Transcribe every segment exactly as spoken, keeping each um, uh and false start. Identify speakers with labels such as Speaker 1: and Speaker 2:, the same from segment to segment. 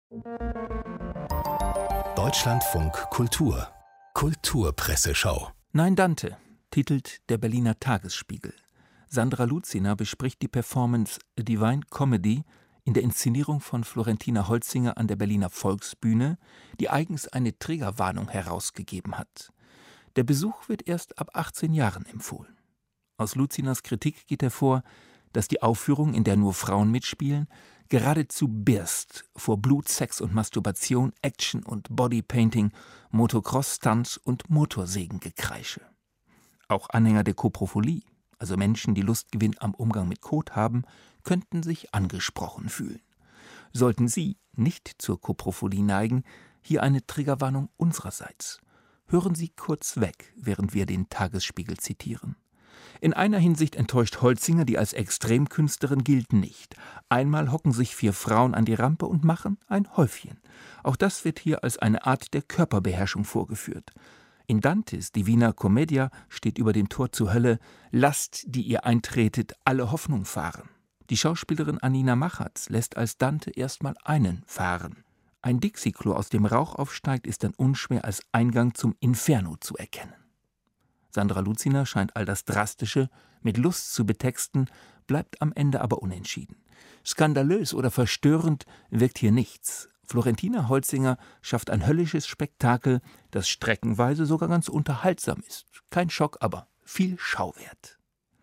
Speaker 1: Deutschlandfunk Kultur Kulturpresseschau.
Speaker 2: Nein, Dante, titelt der Berliner Tagesspiegel. Sandra Lucina bespricht die Performance A Divine Comedy in der Inszenierung von Florentina Holzinger an der Berliner Volksbühne, die eigens eine Triggerwarnung herausgegeben hat. Der Besuch wird erst ab achtzehn Jahren empfohlen. Aus Luzinas Kritik geht hervor, dass die Aufführung, in der nur Frauen mitspielen, geradezu birst vor Blut, Sex und Masturbation, Action und Bodypainting, Motocross-Stunts und Motorsägengekreische. Auch Anhänger der Koprophilie, also Menschen, die Lustgewinn am Umgang mit Kot haben, könnten sich angesprochen fühlen. Sollten Sie nicht zur Koprophilie neigen, hier eine Triggerwarnung unsererseits. Hören Sie kurz weg, während wir den Tagesspiegel zitieren. In einer Hinsicht enttäuscht Holzinger, die als Extremkünstlerin gilt, nicht. Einmal hocken sich vier Frauen an die Rampe und machen ein Häufchen. Auch das wird hier als eine Art der Körperbeherrschung vorgeführt. In Dantes Divina Commedia steht über dem Tor zur Hölle: Lasst, die ihr eintretet, alle Hoffnung fahren. Die Schauspielerin Anina Machatz lässt als Dante erstmal einen fahren. Ein Dixie-Klo, aus dem Rauch aufsteigt, ist dann unschwer als Eingang zum Inferno zu erkennen. Sandra Lucina scheint all das Drastische mit Lust zu betexten, bleibt am Ende aber unentschieden. Skandalös oder verstörend wirkt hier nichts. Florentina Holzinger schafft ein höllisches Spektakel, das streckenweise sogar ganz unterhaltsam ist. Kein Schock, aber viel Schauwert.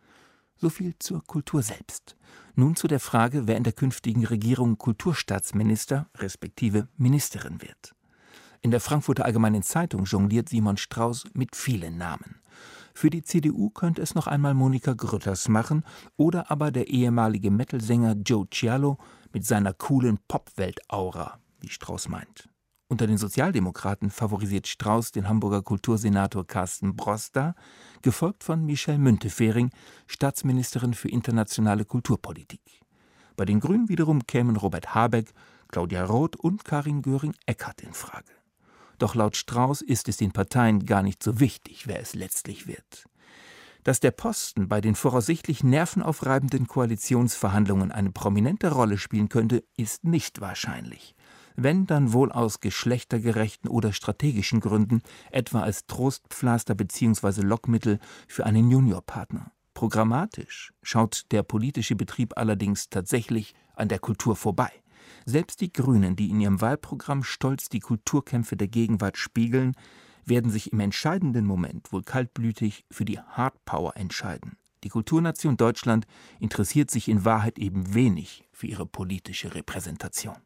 Speaker 2: So viel zur Kultur selbst. Nun zu der Frage, wer in der künftigen Regierung Kulturstaatsminister respektive Ministerin wird. In der Frankfurter Allgemeinen Zeitung jongliert Simon Strauß mit vielen Namen. Für die C D U könnte es noch einmal Monika Grütters machen oder aber der ehemalige Metal-Sänger Joe Cialo mit seiner coolen Popwelt-Aura, wie Strauß meint. Unter den Sozialdemokraten favorisiert Strauß den Hamburger Kultursenator Carsten Broster, gefolgt von Michelle Müntefering, Staatsministerin für internationale Kulturpolitik. Bei den Grünen wiederum kämen Robert Habeck, Claudia Roth und Karin Göring-Eckardt in Frage. Doch laut Strauß ist es den Parteien gar nicht so wichtig, wer es letztlich wird. Dass der Posten bei den voraussichtlich nervenaufreibenden Koalitionsverhandlungen eine prominente Rolle spielen könnte, ist nicht wahrscheinlich. Wenn, dann wohl aus geschlechtergerechten oder strategischen Gründen, etwa als Trostpflaster bzw. Lockmittel für einen Juniorpartner. Programmatisch schaut der politische Betrieb allerdings tatsächlich an der Kultur vorbei. Selbst die Grünen, die in ihrem Wahlprogramm stolz die Kulturkämpfe der Gegenwart spiegeln, werden sich im entscheidenden Moment wohl kaltblütig für die Hardpower entscheiden. Die Kulturnation Deutschland interessiert sich in Wahrheit eben wenig für ihre politische Repräsentation.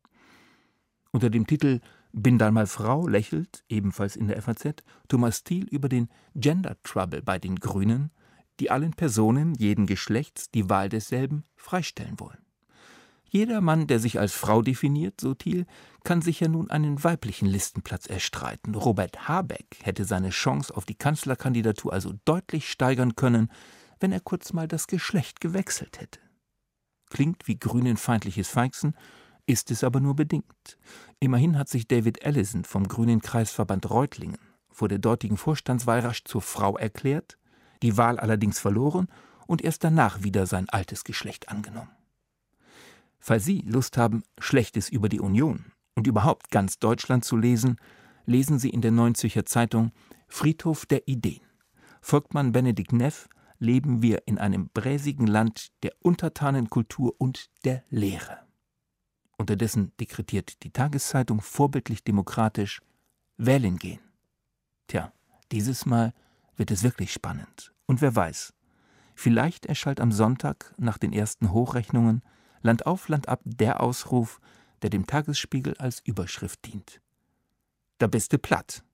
Speaker 2: Unter dem Titel »Bin dann mal Frau« lächelt, ebenfalls in der F A Z, Thomas Thiel über den Gender Trouble bei den Grünen, die allen Personen jeden Geschlechts die Wahl desselben freistellen wollen. Jeder Mann, der sich als Frau definiert, so Thiel, kann sich ja nun einen weiblichen Listenplatz erstreiten. Robert Habeck hätte seine Chance auf die Kanzlerkandidatur also deutlich steigern können, wenn er kurz mal das Geschlecht gewechselt hätte. Klingt wie grünenfeindliches Feixen, ist es aber nur bedingt. Immerhin hat sich David Allison vom Grünen Kreisverband Reutlingen vor der dortigen Vorstandswahl rasch zur Frau erklärt, die Wahl allerdings verloren und erst danach wieder sein altes Geschlecht angenommen. Falls Sie Lust haben, Schlechtes über die Union und überhaupt ganz Deutschland zu lesen, lesen Sie in der Neuen Zürcher Zeitung Friedhof der Ideen. Folgt man Benedikt Neff, leben wir in einem bräsigen Land der Untertanenkultur und der Lehre. Unterdessen dekretiert die Tageszeitung vorbildlich demokratisch: Wählen gehen. Tja, dieses Mal wird es wirklich spannend. Und wer weiß, vielleicht erschallt am Sonntag nach den ersten Hochrechnungen Land auf, Land ab der Ausruf, der dem Tagesspiegel als Überschrift dient: Da bist du platt.